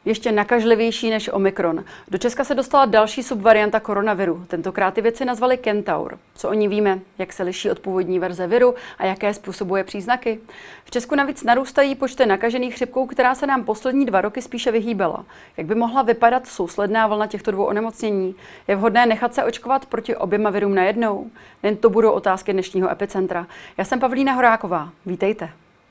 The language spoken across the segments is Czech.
ještě nakažlivější než Omikron. Do Česka se dostala další subvarianta koronaviru. Tentokrát ty věci nazvali Kentaur. Co o ní víme, jak se liší od původní verze viru a jaké způsobuje příznaky? V Česku navíc narůstají počty nakažených chřipkou, která se nám poslední 2 roky spíše vyhýbala. Jak by mohla vypadat sousledná vlna těchto 2 onemocnění? Je vhodné nechat se očkovat proti oběma virům najednou? Jen to budou otázky dnešního Epicentra. Já jsem Pavlína Horáková. Vítejte.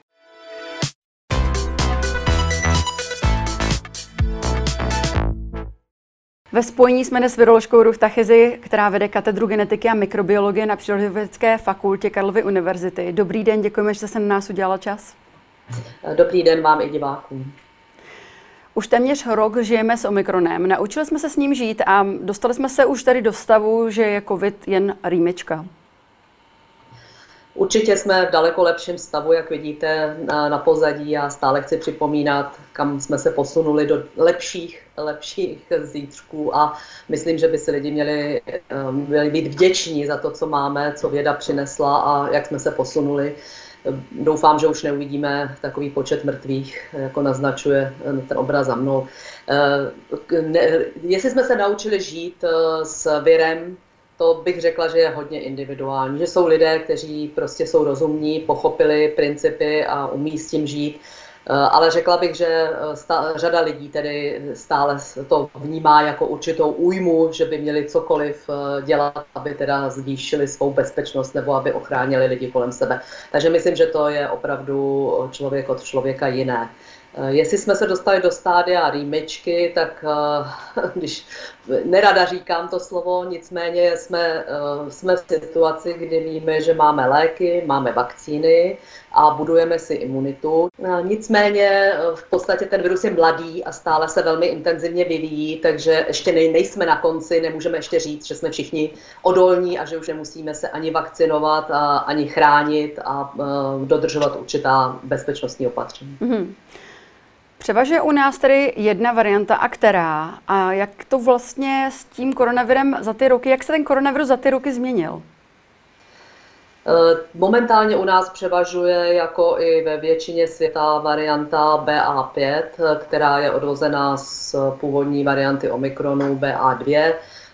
Ve spojení jsme dnes s viroložkou Ruth Tachyzy, která vede katedru genetiky a mikrobiologie na Přírodovědecké fakultě Karlovy univerzity. Dobrý den, děkujeme, že jste na nás udělala čas. Dobrý den vám i divákům. Už téměř rok žijeme s Omikronem. Naučili jsme se s ním žít a dostali jsme se už tady do stavu, že je covid jen rýmička. Určitě jsme v daleko lepším stavu, jak vidíte na pozadí, a stále chci připomínat, kam jsme se posunuli do lepších zítřků, a myslím, že by si lidi měli být vděční za to, co máme, co věda přinesla a jak jsme se posunuli. Doufám, že už neuvidíme takový počet mrtvých, jako naznačuje ten obraz za mnou. Jestli jsme se naučili žít s virem, to bych řekla, že je hodně individuální, že jsou lidé, kteří prostě jsou rozumní, pochopili principy a umí s tím žít, ale řekla bych, že řada lidí tedy stále to vnímá jako určitou újmu, že by měli cokoliv dělat, aby teda zvýšili svou bezpečnost nebo aby ochránili lidi kolem sebe. Takže myslím, že to je opravdu člověk od člověka jiné. Jestli jsme se dostali do stádia rýmičky, tak když nerada říkám to slovo, nicméně jsme v situaci, kdy víme, že máme léky, máme vakcíny a budujeme si imunitu. Nicméně v podstatě ten virus je mladý a stále se velmi intenzivně vyvíjí, takže ještě nejsme na konci, nemůžeme ještě říct, že jsme všichni odolní a že už nemusíme se ani vakcinovat, ani chránit a dodržovat určitá bezpečnostní opatření. Mm-hmm. Převažuje u nás tedy jedna varianta, a která? A jak to vlastně s tím koronavirem za ty roky, jak se ten koronavirus za ty roky změnil? Momentálně u nás převažuje, jako i ve většině světa, varianta BA5, která je odvozená z původní varianty Omikronu BA2.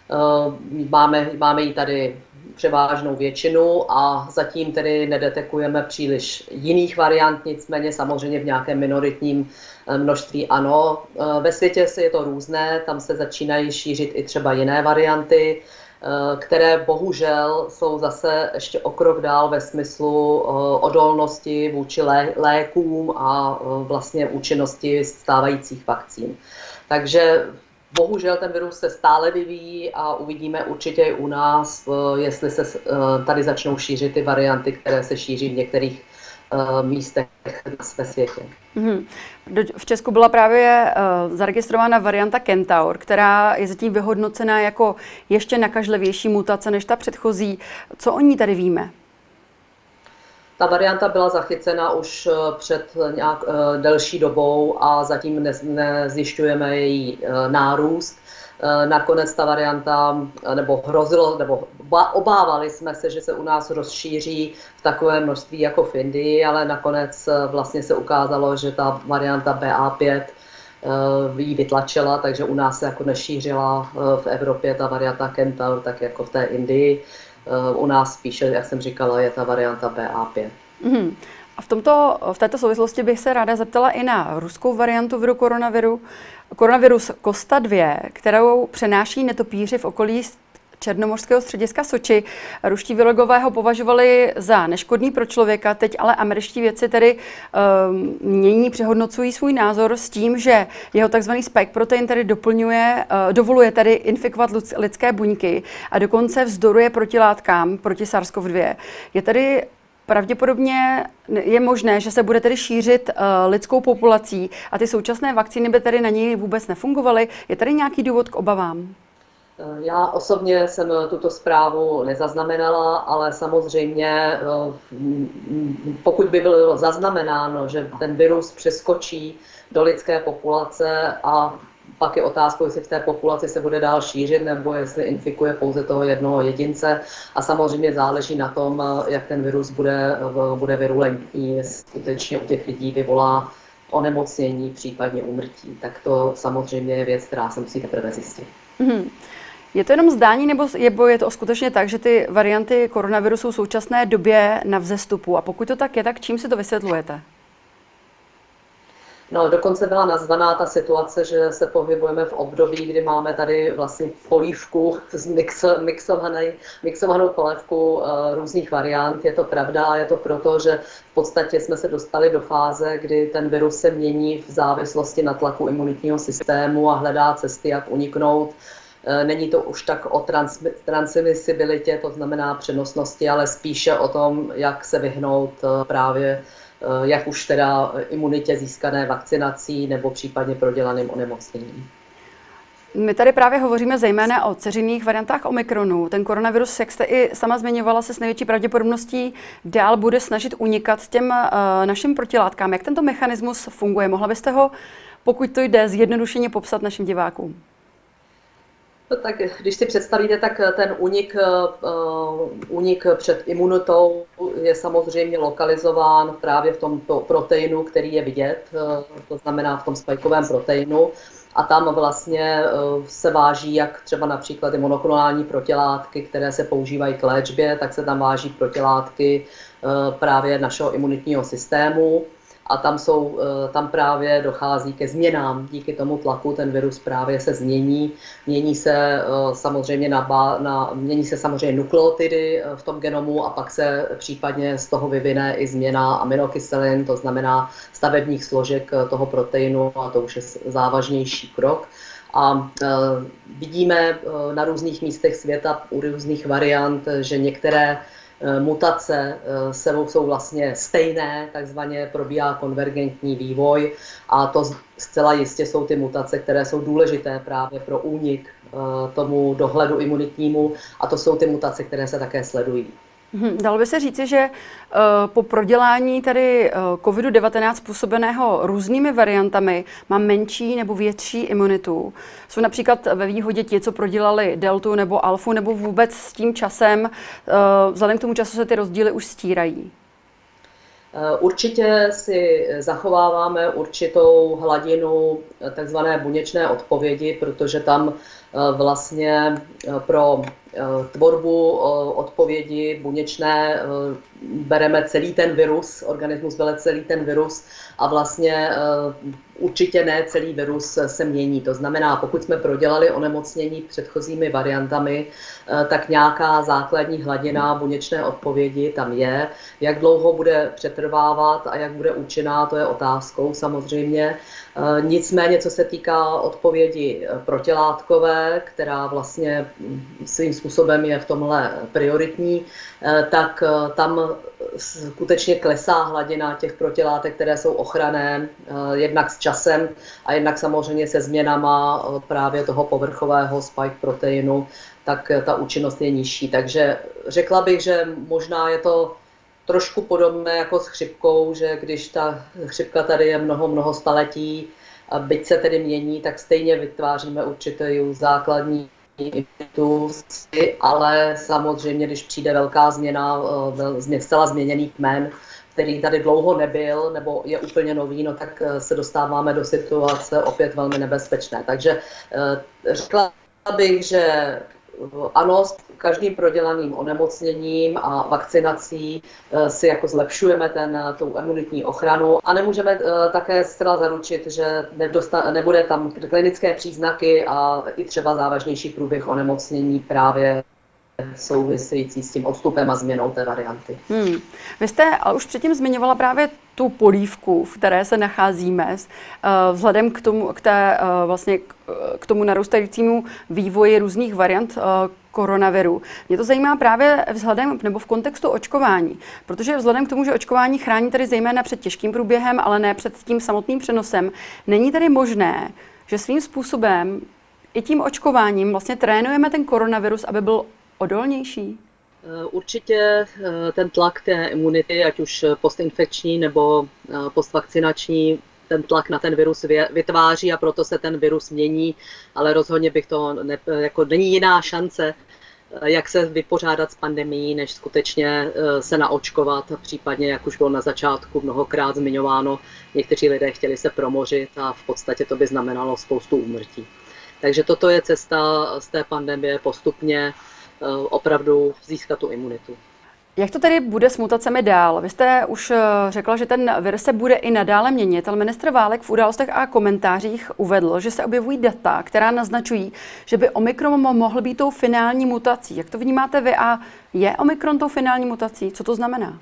Máme ji tady převážnou většinu a zatím tedy nedetekujeme příliš jiných variant, nicméně samozřejmě v nějakém minoritním množství ano. Ve světě je to různé, tam se začínají šířit i třeba jiné varianty, které bohužel jsou zase ještě o krok dál ve smyslu odolnosti vůči lékům a vlastně účinnosti stávajících vakcín. Takže bohužel ten virus se stále vyvíjí a uvidíme určitě i u nás, jestli se tady začnou šířit ty varianty, které se šíří v některých místech ve světě. V Česku byla právě zaregistrována varianta Kentaur, která je zatím vyhodnocená jako ještě nakažlivější mutace než ta předchozí. Co o ní tady víme? Ta varianta byla zachycena už před nějak delší dobou a zatím nezjišťujeme její nárůst. Nakonec ta varianta, nebo obávali jsme se, že se u nás rozšíří v takovém množství jako v Indii, ale nakonec vlastně se ukázalo, že ta varianta BA5 ji vytlačila, takže u nás se jako nešířila v Evropě ta varianta Kentaur, tak jako v té Indii. U nás spíše, jak jsem říkala, je ta varianta BA5. A v této souvislosti bych se ráda zeptala i na ruskou variantu viru koronavirus Kosta 2, kterou přenáší netopýři v okolí černomořského střediska Soči. Ruští virologové ho považovali za neškodný pro člověka, teď ale američtí vědci tedy mění, přehodnocují svůj názor s tím, že jeho takzvaný spike protein tedy dovoluje tedy infikovat lidské buňky a dokonce vzdoruje protilátkám proti SARS-CoV-2. Je tedy pravděpodobně je možné, že se bude tedy šířit lidskou populací a ty současné vakcíny by tedy na něj vůbec nefungovaly. Je tady nějaký důvod k obavám? Já osobně jsem tuto zprávu nezaznamenala, ale samozřejmě pokud by bylo zaznamenáno, že ten virus přeskočí do lidské populace a pak je otázkou, jestli v té populaci se bude dál šířit, nebo jestli infikuje pouze toho jednoho jedince. A samozřejmě záleží na tom, jak ten virus bude virulentní, jestli skutečně u těch lidí vyvolá onemocnění, případně úmrtí. Tak to samozřejmě je věc, která se musí teprve zjistit. Mm-hmm. Je to jenom zdání, nebo je to skutečně tak, že ty varianty koronaviru jsou v současné době na vzestupu? A pokud to tak je, tak čím si to vysvětlujete? No, dokonce byla nazvaná ta situace, že se pohybujeme v období, kdy máme tady vlastně polívku, mixovanou polévku různých variant. Je to pravda a je to proto, že v podstatě jsme se dostali do fáze, kdy ten virus se mění v závislosti na tlaku imunitního systému a hledá cesty, jak uniknout. Není to už tak o transmisibilitě, to znamená přenosnosti, ale spíše o tom, jak se vyhnout právě jak už teda imunitě získané vakcinací nebo případně prodělaným onemocněním. My tady právě hovoříme zejména o dceřinných variantách Omikronu. Ten koronavirus, jak jste i sama zmiňovala, se s největší pravděpodobností dál bude snažit unikat těm našim protilátkám. Jak tento mechanismus funguje? Mohla byste ho, pokud to jde, zjednodušeně popsat našim divákům? Tak když si představíte, tak ten únik před imunitou je samozřejmě lokalizován právě v tom proteinu, který je vidět, to znamená v tom spajkovém proteinu. A tam vlastně se váží jak třeba například i monoklonální protilátky, které se používají k léčbě, tak se tam váží protilátky právě našeho imunitního systému. A tam právě dochází ke změnám. Díky tomu tlaku ten virus právě se změní. Mění se samozřejmě nukleotidy v tom genomu a pak se případně z toho vyvine i změna aminokyselin, to znamená stavebních složek toho proteinu, a to už je závažnější krok. A vidíme na různých místech světa u různých variant, že některé mutace jsou vlastně stejné, takzvaně probíhá konvergentní vývoj a to zcela jistě jsou ty mutace, které jsou důležité právě pro únik tomu dohledu imunitnímu a to jsou ty mutace, které se také sledují. Dalo by se říci, že po prodělání tady COVID-19 způsobeného různými variantami má menší nebo větší imunitu. Jsou například ve výhodě ti, co prodělali deltu nebo alfu, nebo vůbec s tím časem, vzhledem k tomu času se ty rozdíly už stírají? Určitě si zachováváme určitou hladinu takzvané buněčné odpovědi, protože tam vlastně pro tvorbu odpovědi buněčné bereme celý ten virus, organismus bere celý ten virus a vlastně určitě ne celý virus se mění. To znamená, pokud jsme prodělali onemocnění předchozími variantami, tak nějaká základní hladina buněčné odpovědi tam je. Jak dlouho bude přetrvávat a jak bude účinná, to je otázkou samozřejmě. Nicméně, co se týká odpovědi protilátkové, která vlastně svým způsobem je v tomhle prioritní, tak tam skutečně klesá hladina těch protilátek, které jsou ochranné, jednak s časem a jednak samozřejmě se změnama právě toho povrchového spike proteinu, tak ta účinnost je nižší. Takže řekla bych, že možná je to trošku podobné jako s chřipkou, že když ta chřipka tady je mnoho staletí, a byť se tedy mění, tak stejně vytváříme určitou základní imunitu, ale samozřejmě, když přijde velká změna, zcela změněný kmen, který tady dlouho nebyl nebo je úplně nový, no tak se dostáváme do situace opět velmi nebezpečné. Takže řekla bych, že ano, s každým prodělaným onemocněním a vakcinací si jako zlepšujeme tu imunitní ochranu a nemůžeme také zcela zaručit, že nebude tam klinické příznaky a i třeba závažnější průběh onemocnění právě související s tím odstupem a změnou té varianty. Vy jste ale už předtím zmiňovala právě tu polívku, v které se nacházíme, vzhledem k tomu narůstajícímu vývoji různých variant koronaviru. Mě to zajímá právě v kontextu očkování, protože vzhledem k tomu, že očkování chrání tedy zejména před těžkým průběhem, ale ne před tím samotným přenosem, není tedy možné, že svým způsobem i tím očkováním vlastně trénujeme ten koronavirus, aby byl odolnější? Určitě ten tlak té imunity, ať už postinfekční nebo postvakcinační, ten tlak na ten virus vytváří a proto se ten virus mění, ale rozhodně bych to, není jiná šance, jak se vypořádat s pandemií, než skutečně se naočkovat, případně, jak už bylo na začátku mnohokrát zmiňováno, někteří lidé chtěli se promořit a v podstatě to by znamenalo spoustu úmrtí. Takže toto je cesta z té pandemie postupně opravdu získat tu imunitu. Jak to tedy bude s mutacemi dál? Vy jste už řekla, že ten vir se bude i nadále měnit, ale ministr Válek v Událostech a komentářích uvedl, že se objevují data, která naznačují, že by Omikron mohl být tou finální mutací. Jak to vnímáte vy a je Omikron tou finální mutací? Co to znamená?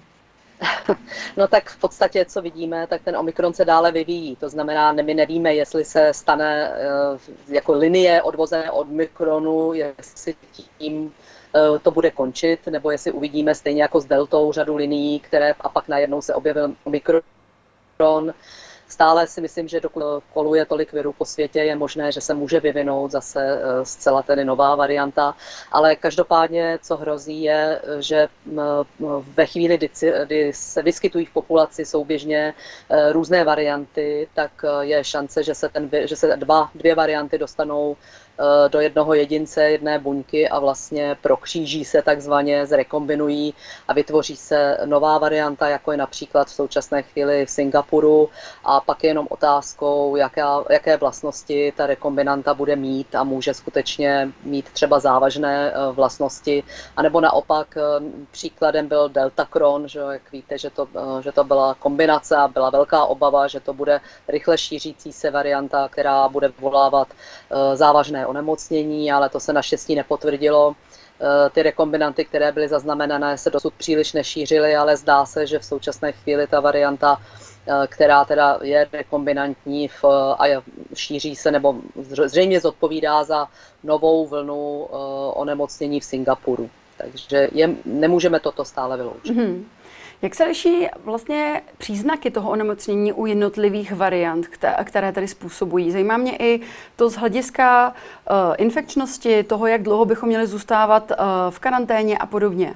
No tak v podstatě, co vidíme, tak ten Omikron se dále vyvíjí. To znamená, my nevíme, jestli se stane jako linie odvozené od Omikronu, jestli tím to bude končit, nebo jestli uvidíme stejně jako s deltou řadu linií, které a pak najednou se objevil Omikron. Stále si myslím, že dokud koluje tolik virů po světě, je možné, že se může vyvinout zase zcela tedy nová varianta, ale každopádně, co hrozí, je, že ve chvíli, kdy se vyskytují v populaci souběžně různé varianty, tak je šance, že se dvě varianty dostanou do jednoho jedince, jedné buňky a vlastně prokříží se takzvaně, zrekombinují a vytvoří se nová varianta, jako je například v současné chvíli v Singapuru, a pak je jenom otázkou, jaké vlastnosti ta rekombinanta bude mít a může skutečně mít třeba závažné vlastnosti, anebo naopak příkladem byl Deltacron, že jak víte, že to byla kombinace a byla velká obava, že to bude rychle šířící se varianta, která bude vyvolávat závažné onemocnění, ale to se naštěstí nepotvrdilo. Ty rekombinanty, které byly zaznamenané, se dosud příliš nešířily, ale zdá se, že v současné chvíli ta varianta, která teda je rekombinantní a šíří se, nebo zřejmě zodpovídá za novou vlnu onemocnění v Singapuru. Takže nemůžeme toto stále vyloučit. Mm-hmm. Jak se liší vlastně příznaky toho onemocnění u jednotlivých variant, které tady způsobují? Zajímá mě i to z hlediska infekčnosti, toho, jak dlouho bychom měli zůstávat v karanténě a podobně.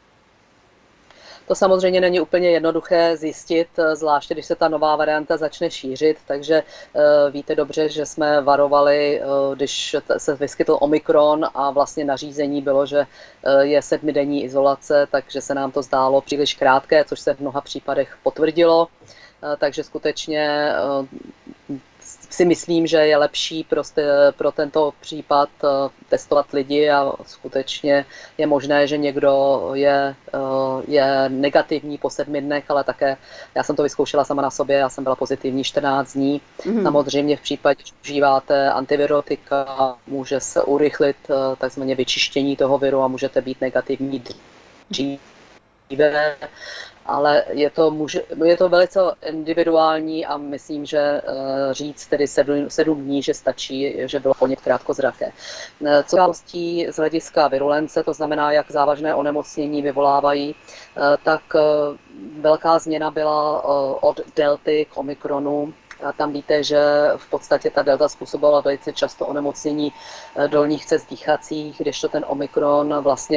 To samozřejmě není úplně jednoduché zjistit, zvláště když se ta nová varianta začne šířit, takže víte dobře, že jsme varovali, když se vyskytl Omikron a vlastně nařízení bylo, že je 7denní izolace, takže se nám to zdálo příliš krátké, což se v mnoha případech potvrdilo, takže skutečně si myslím, že je lepší pro tento případ testovat lidi a skutečně je možné, že někdo je negativní po 7 dnech, ale také já jsem to vyzkoušela sama na sobě, já jsem byla pozitivní 14 dní. Mm-hmm. Samozřejmě v případě, že užíváte antivirotika, může se urychlit takzvané vyčištění toho viru a můžete být negativní dříve. Ale je to velice individuální a myslím, že říct tedy 7 dní, že stačí, že bylo poněkud krátkozraké. Co je z hlediska virulence, to znamená, jak závažné onemocnění vyvolávají, tak velká změna byla od delty k Omikronu. A tam víte, že v podstatě ta delta způsobila velice často onemocnění dolních cest dýchacích, kdežto ten Omikron vlastně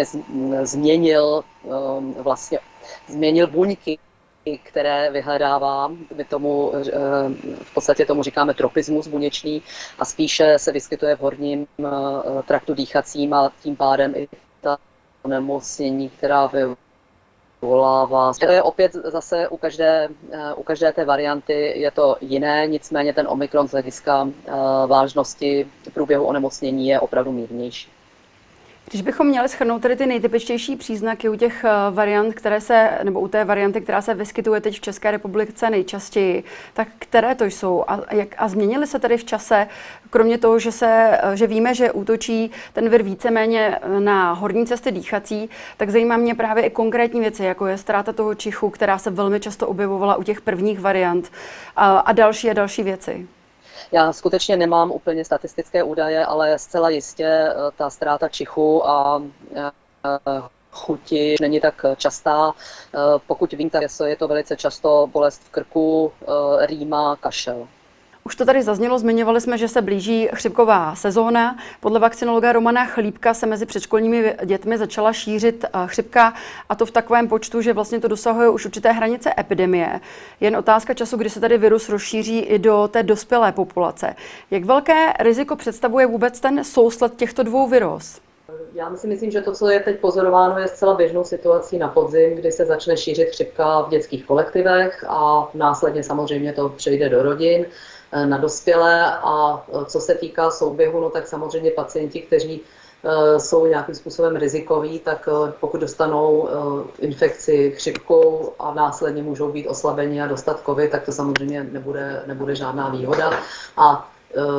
změnil buňky, které vyhledává. My v podstatě tomu říkáme tropismus buněčný a spíše se vyskytuje v horním traktu dýchacím a tím pádem i ta onemocnění, která vyvolává. To je opět zase u každé té varianty je to jiné, nicméně ten Omikron z hlediska vážnosti průběhu onemocnění je opravdu mírnější. Když bychom měli shrnout tedy ty nejtypičtější příznaky u těch variant, nebo u té varianty, která se vyskytuje teď v České republice nejčastěji, tak které to jsou a změnily se tedy v čase, kromě toho, že víme, že útočí ten vir víceméně na horní cesty dýchací, tak zajímá mě právě i konkrétní věci, jako je ztráta toho čichu, která se velmi často objevovala u těch prvních variant a další věci. Já skutečně nemám úplně statistické údaje, ale zcela jistě ta ztráta čichu a chuti není tak častá. Pokud vím, tak je to velice často bolest v krku, rýma, kašel. Už to tady zaznělo, zmiňovali jsme, že se blíží chřipková sezóna. Podle vakcinologa Romana Chlípka se mezi předškolními dětmi začala šířit chřipka, a to v takovém počtu, že vlastně to dosahuje už určité hranice epidemie. Jen otázka času, kdy se tady virus rozšíří i do té dospělé populace. Jak velké riziko představuje vůbec ten sousled těchto dvou viróz? Já si myslím, že to, co je teď pozorováno, je zcela běžnou situací na podzim, kdy se začne šířit chřipka v dětských kolektivech a následně samozřejmě to přejde do rodin, na dospělé. A co se týká souběhu, no tak samozřejmě pacienti, kteří jsou nějakým způsobem rizikoví, tak pokud dostanou infekci chřipkou a následně můžou být oslabeni a dostat covid, tak to samozřejmě nebude žádná výhoda. A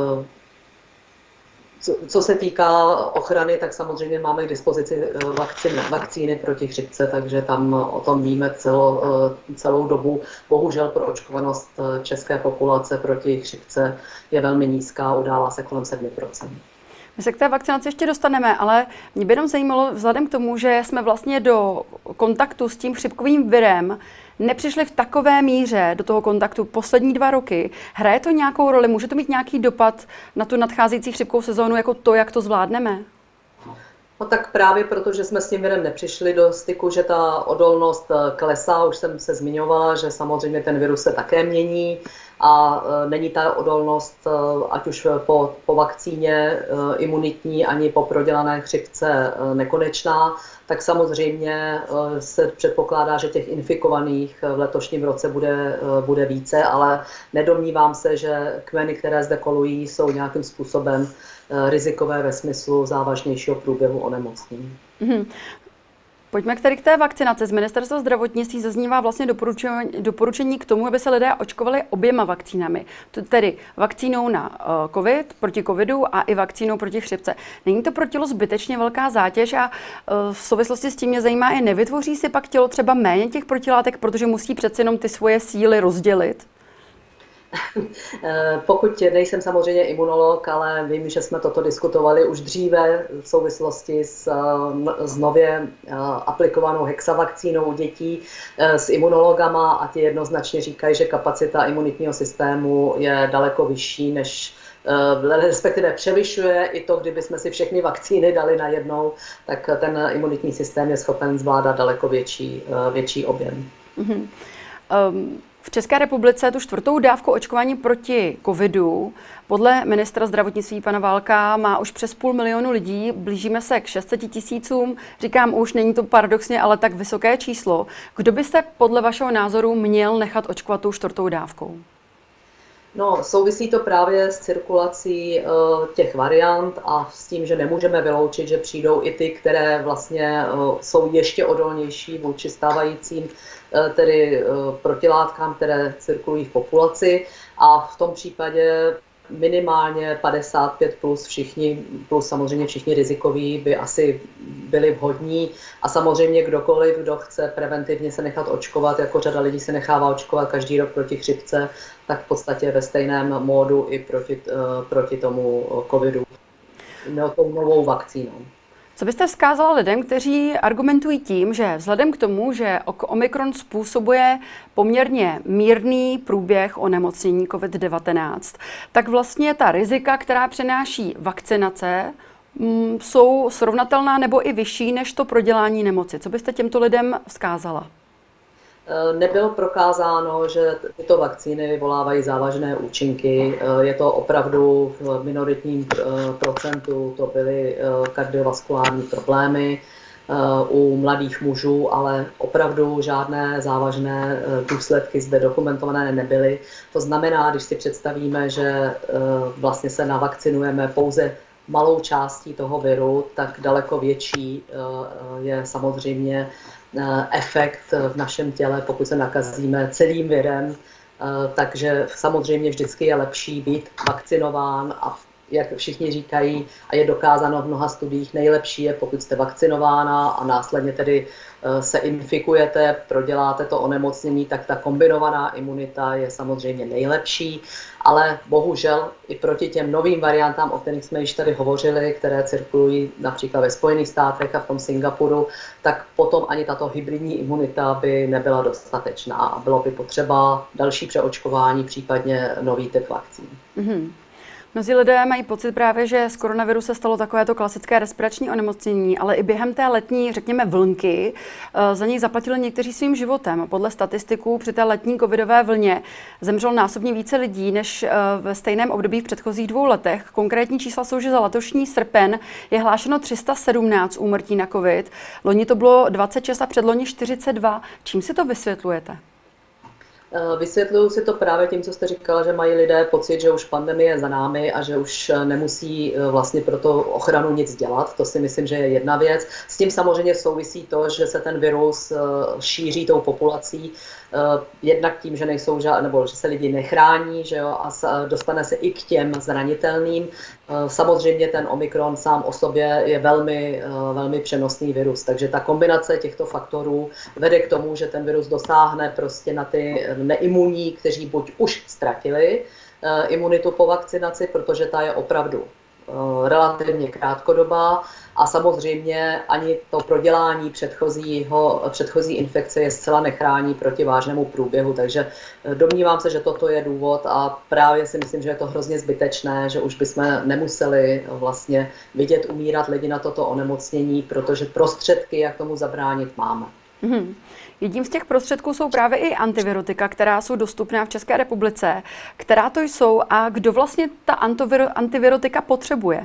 co se týká ochrany, tak samozřejmě máme k dispozici vakcíny proti chřipce, takže tam o tom víme celou dobu. Bohužel proočkovanost české populace proti chřipce je velmi nízká, udává se kolem 7%. My se k té vakcinaci ještě dostaneme, ale mě by jenom zajímalo, vzhledem k tomu, že jsme vlastně do kontaktu s tím chřipkovým virem nepřišli v takové míře do toho kontaktu poslední 2 roky. Hraje to nějakou roli? Může to mít nějaký dopad na tu nadcházející chřipkovou sezónu, jako to, jak to zvládneme? No tak právě proto, že jsme s tím virem nepřišli do styku, že ta odolnost klesá, už jsem se zmiňovala, že samozřejmě ten virus se také mění a není ta odolnost, ať už po vakcíně imunitní, ani po prodělané chřipce nekonečná, tak samozřejmě se předpokládá, že těch infikovaných v letošním roce bude více, ale nedomnívám se, že kmeny, které zde kolují, jsou nějakým způsobem rizikové ve smyslu závažnějšího průběhu onemocnění. Pojďme k té vakcinaci. Z Ministerstva zdravotnictví zaznívá vlastně doporučení k tomu, aby se lidé očkovali oběma vakcínami. Tedy vakcínou na COVID, proti covidu a i vakcínou proti chřipce. Není to pro tělo zbytečně velká zátěž a v souvislosti s tím mě zajímá, i nevytvoří si pak tělo třeba méně těch protilátek, protože musí přeci jenom ty svoje síly rozdělit? Pokud nejsem samozřejmě imunolog, ale vím, že jsme toto diskutovali už dříve v souvislosti s nově aplikovanou hexavakcínou u dětí s imunologama a ti jednoznačně říkají, že kapacita imunitního systému je daleko vyšší, než respektive převyšuje i to, kdyby jsme si všechny vakcíny dali najednou, tak ten imunitní systém je schopen zvládat daleko větší objem. V České republice tu 4. dávku očkování proti covidu podle ministra zdravotnictví pana Válka má už přes 500 000 lidí, blížíme se k 600 000. Říkám už, není to paradoxně, ale tak vysoké číslo. Kdo by se podle vašeho názoru měl nechat očkovat tou 4. dávkou? No, souvisí to právě s cirkulací těch variant a s tím, že nemůžeme vyloučit, že přijdou i ty, které vlastně jsou ještě odolnější vůči stávajícím tedy protilátkám, které cirkulují v populaci, a v tom případě minimálně 55 plus všichni, plus samozřejmě všichni rizikoví by asi byli vhodní, a samozřejmě kdokoliv, kdo chce preventivně se nechat očkovat, jako řada lidí se nechává očkovat každý rok proti chřipce, tak v podstatě ve stejném módu i proti tomu covidu, tou novou vakcínou. Co byste vzkázala lidem, kteří argumentují tím, že vzhledem k tomu, že Omikron způsobuje poměrně mírný průběh onemocnění COVID-19, tak vlastně ta rizika, která přenáší vakcinace, jsou srovnatelná nebo i vyšší než to prodělání nemoci? Co byste těmto lidem vzkázala? Nebylo prokázáno, že tyto vakcíny vyvolávají závažné účinky. Je to opravdu v minoritním procentu, to byly kardiovaskulární problémy u mladých mužů, ale opravdu žádné závažné důsledky zde dokumentované nebyly. To znamená, když si představíme, že vlastně se navakcinujeme pouze malou částí toho viru, tak daleko větší je samozřejmě efekt v našem těle, pokud se nakazíme celým virem. Takže samozřejmě vždycky je lepší být vakcinován a jak všichni říkají, a je dokázáno v mnoha studiích, nejlepší je, pokud jste vakcinována a následně tedy se infikujete, proděláte to onemocnění, tak ta kombinovaná imunita je samozřejmě nejlepší, ale bohužel i proti těm novým variantám, o kterých jsme již tady hovořili, které cirkulují například ve Spojených státech a v tom Singapuru, tak potom ani tato hybridní imunita by nebyla dostatečná a bylo by potřeba další přeočkování, případně nový typ vakcín. Mm-hmm. Mnozí lidé mají pocit právě, že z koronaviru se stalo takovéto klasické respirační onemocnění, ale i během té letní, řekněme, vlnky za něj zaplatili někteří svým životem. Podle statistiků při té letní covidové vlně zemřelo násobně více lidí než ve stejném období v předchozích 2 letech. Konkrétní čísla jsou, že za letošní srpen je hlášeno 317 úmrtí na covid. Loni to bylo 26 a předloni 42. Čím si to vysvětlujete? Vysvětluju si to právě tím, co jste říkala, že mají lidé pocit, že už pandemie je za námi a že už nemusí vlastně pro to ochranu nic dělat. To si myslím, že je jedna věc. S tím samozřejmě souvisí to, že se ten virus šíří tou populací, jednak tím, že nejsou nebo že se lidi nechrání, že jo, a dostane se i k těm zranitelným. Samozřejmě ten Omikron sám o sobě je velmi, velmi přenosný virus, takže ta kombinace těchto faktorů vede k tomu, že ten virus dosáhne prostě na ty neimunní, kteří buď už ztratili imunitu po vakcinaci, protože ta je opravdu relativně krátkodobá a samozřejmě ani to prodělání předchozí infekce je zcela nechrání proti vážnému průběhu, takže domnívám se, že toto je důvod a právě si myslím, že je to hrozně zbytečné, že už bychom nemuseli vlastně vidět umírat lidi na toto onemocnění, protože prostředky, jak tomu zabránit, máme. Jedním z těch prostředků jsou právě i antivirotika, která jsou dostupná v České republice. Která to jsou a kdo vlastně ta antivirotika potřebuje?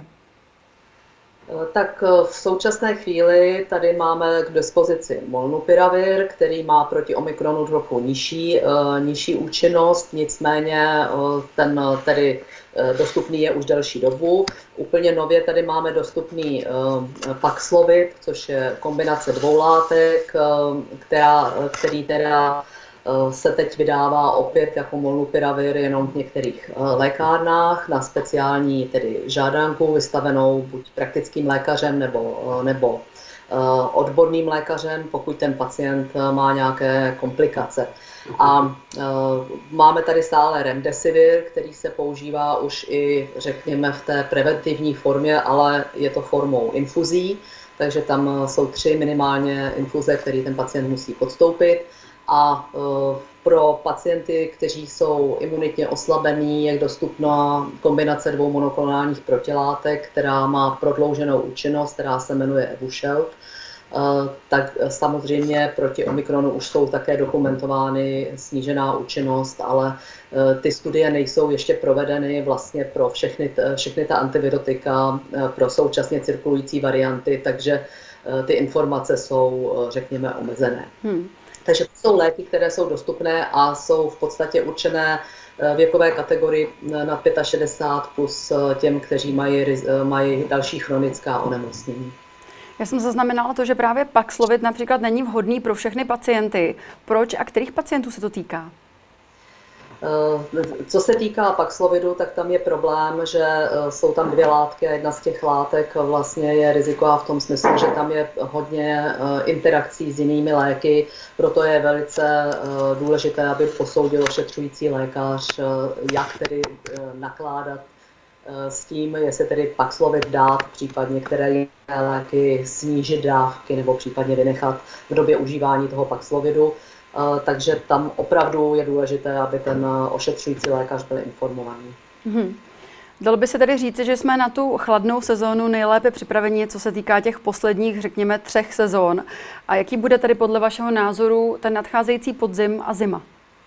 Tak v současné chvíli tady máme k dispozici molnupiravir, který má proti Omikronu trochu nižší účinnost, nicméně ten tedy dostupný je už delší dobu. Úplně nově tady máme dostupný Paxlovid, což je kombinace 2 látek, který teda se teď vydává opět jako molnupiravir jenom v některých lékárnách na speciální tedy žádanku vystavenou buď praktickým lékařem nebo odborným lékařem, pokud ten pacient má nějaké komplikace. A máme tady stále remdesivir, který se používá už i, řekněme, v té preventivní formě, ale je to formou infuzí, takže tam jsou 3 minimálně infuze, které ten pacient musí podstoupit. A pro pacienty, kteří jsou imunitně oslabení, je dostupná kombinace 2 monoklonálních protilátek, která má prodlouženou účinnost, která se jmenuje Evusheld. Tak samozřejmě proti Omikronu už jsou také dokumentovány snížená účinnost, ale ty studie nejsou ještě provedeny vlastně pro všechny ta antivirotika, pro současně cirkulující varianty, takže ty informace jsou, řekněme, omezené. Takže to jsou léky, které jsou dostupné a jsou v podstatě určené věkové kategorii nad 65 plus těm, kteří mají další chronická onemocnění. Já jsem zaznamenala to, že právě Paxlovid například není vhodný pro všechny pacienty. Proč a kterých pacientů se to týká? Co se týká Paxlovidu, tak tam je problém, že jsou tam 2 látky a jedna z těch látek vlastně je riziková v tom smyslu, že tam je hodně interakcí s jinými léky, proto je velice důležité, aby posoudil ošetřující lékař, jak tedy nakládat s tím, jestli tedy Paxlovid dát, případně které léky snížit dávky nebo případně vynechat v době užívání toho Paxlovidu. Takže tam opravdu je důležité, aby ten ošetřující lékař byl informovaný. Dalo by se tedy říci, že jsme na tu chladnou sezónu nejlépe připraveni, co se týká těch posledních, řekněme, 3 sezón. A jaký bude tedy podle vašeho názoru ten nadcházející podzim a zima?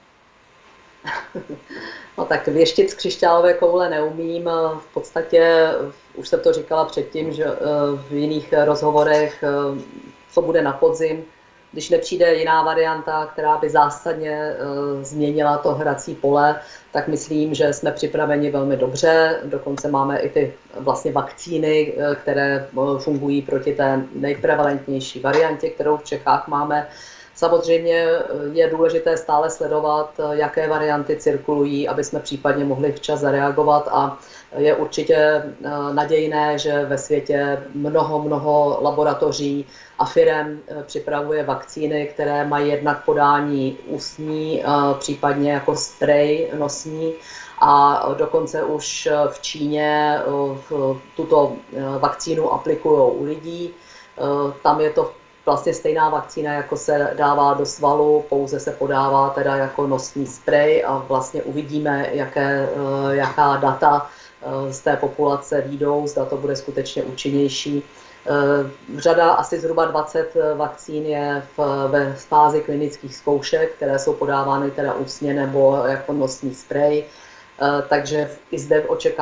No tak věštit z křišťálové koule neumím. V podstatě, už jsem to říkala předtím, že v jiných rozhovorech, co bude na podzim, když nepřijde jiná varianta, která by zásadně změnila to hrací pole, tak myslím, že jsme připraveni velmi dobře. Dokonce máme i ty vlastně vakcíny, které fungují proti té nejprevalentnější variantě, kterou v Čechách máme. Samozřejmě je důležité stále sledovat, jaké varianty cirkulují, aby jsme případně mohli včas zareagovat a je určitě nadějné, že ve světě mnoho laboratoří a firem připravuje vakcíny, které mají jednak podání ústní, případně jako sprej nosní a dokonce už v Číně tuto vakcínu aplikují u lidí. Tam je to vlastně stejná vakcína, jako se dává do svalu, pouze se podává teda jako nosní sprej a vlastně uvidíme, jaká data z té populace výjdou, zda to bude skutečně účinnější. Řada, asi zhruba 20 vakcín je ve fázi klinických zkoušek, které jsou podávány teda ústně nebo jako nosní sprej. Takže i zde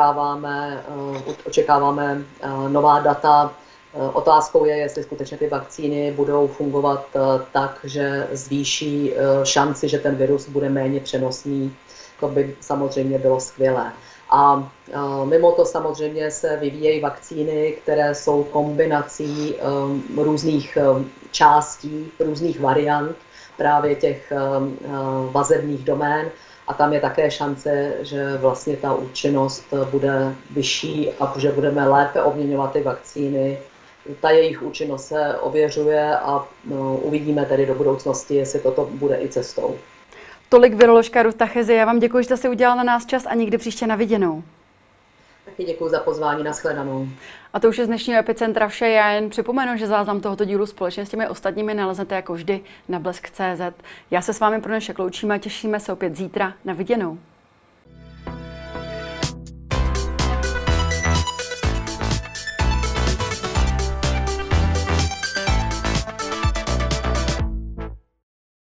očekáváme nová data. Otázkou je, jestli skutečně ty vakcíny budou fungovat tak, že zvýší šanci, že ten virus bude méně přenosný. To by samozřejmě bylo skvělé. A mimo to samozřejmě se vyvíjejí vakcíny, které jsou kombinací různých částí, různých variant právě těch vazebných domén. A tam je také šance, že vlastně ta účinnost bude vyšší a že budeme lépe obměňovat ty vakcíny. Ta jejich účinnost se ověřuje a uvidíme tedy do budoucnosti, jestli toto bude i cestou. Tolik viroložka Ruta Chezi. Já vám děkuji, že jste si udělala na nás čas a někdy příště na viděnou. Taky děkuji za pozvání, nashledanou. A to už je z dnešního Epicentra vše. Já jen připomenu, že záznam tohoto dílu společně s těmi ostatními naleznete jako vždy na blesk.cz. Já se s vámi pro dnešek loučím a těšíme se opět zítra. Na viděnou.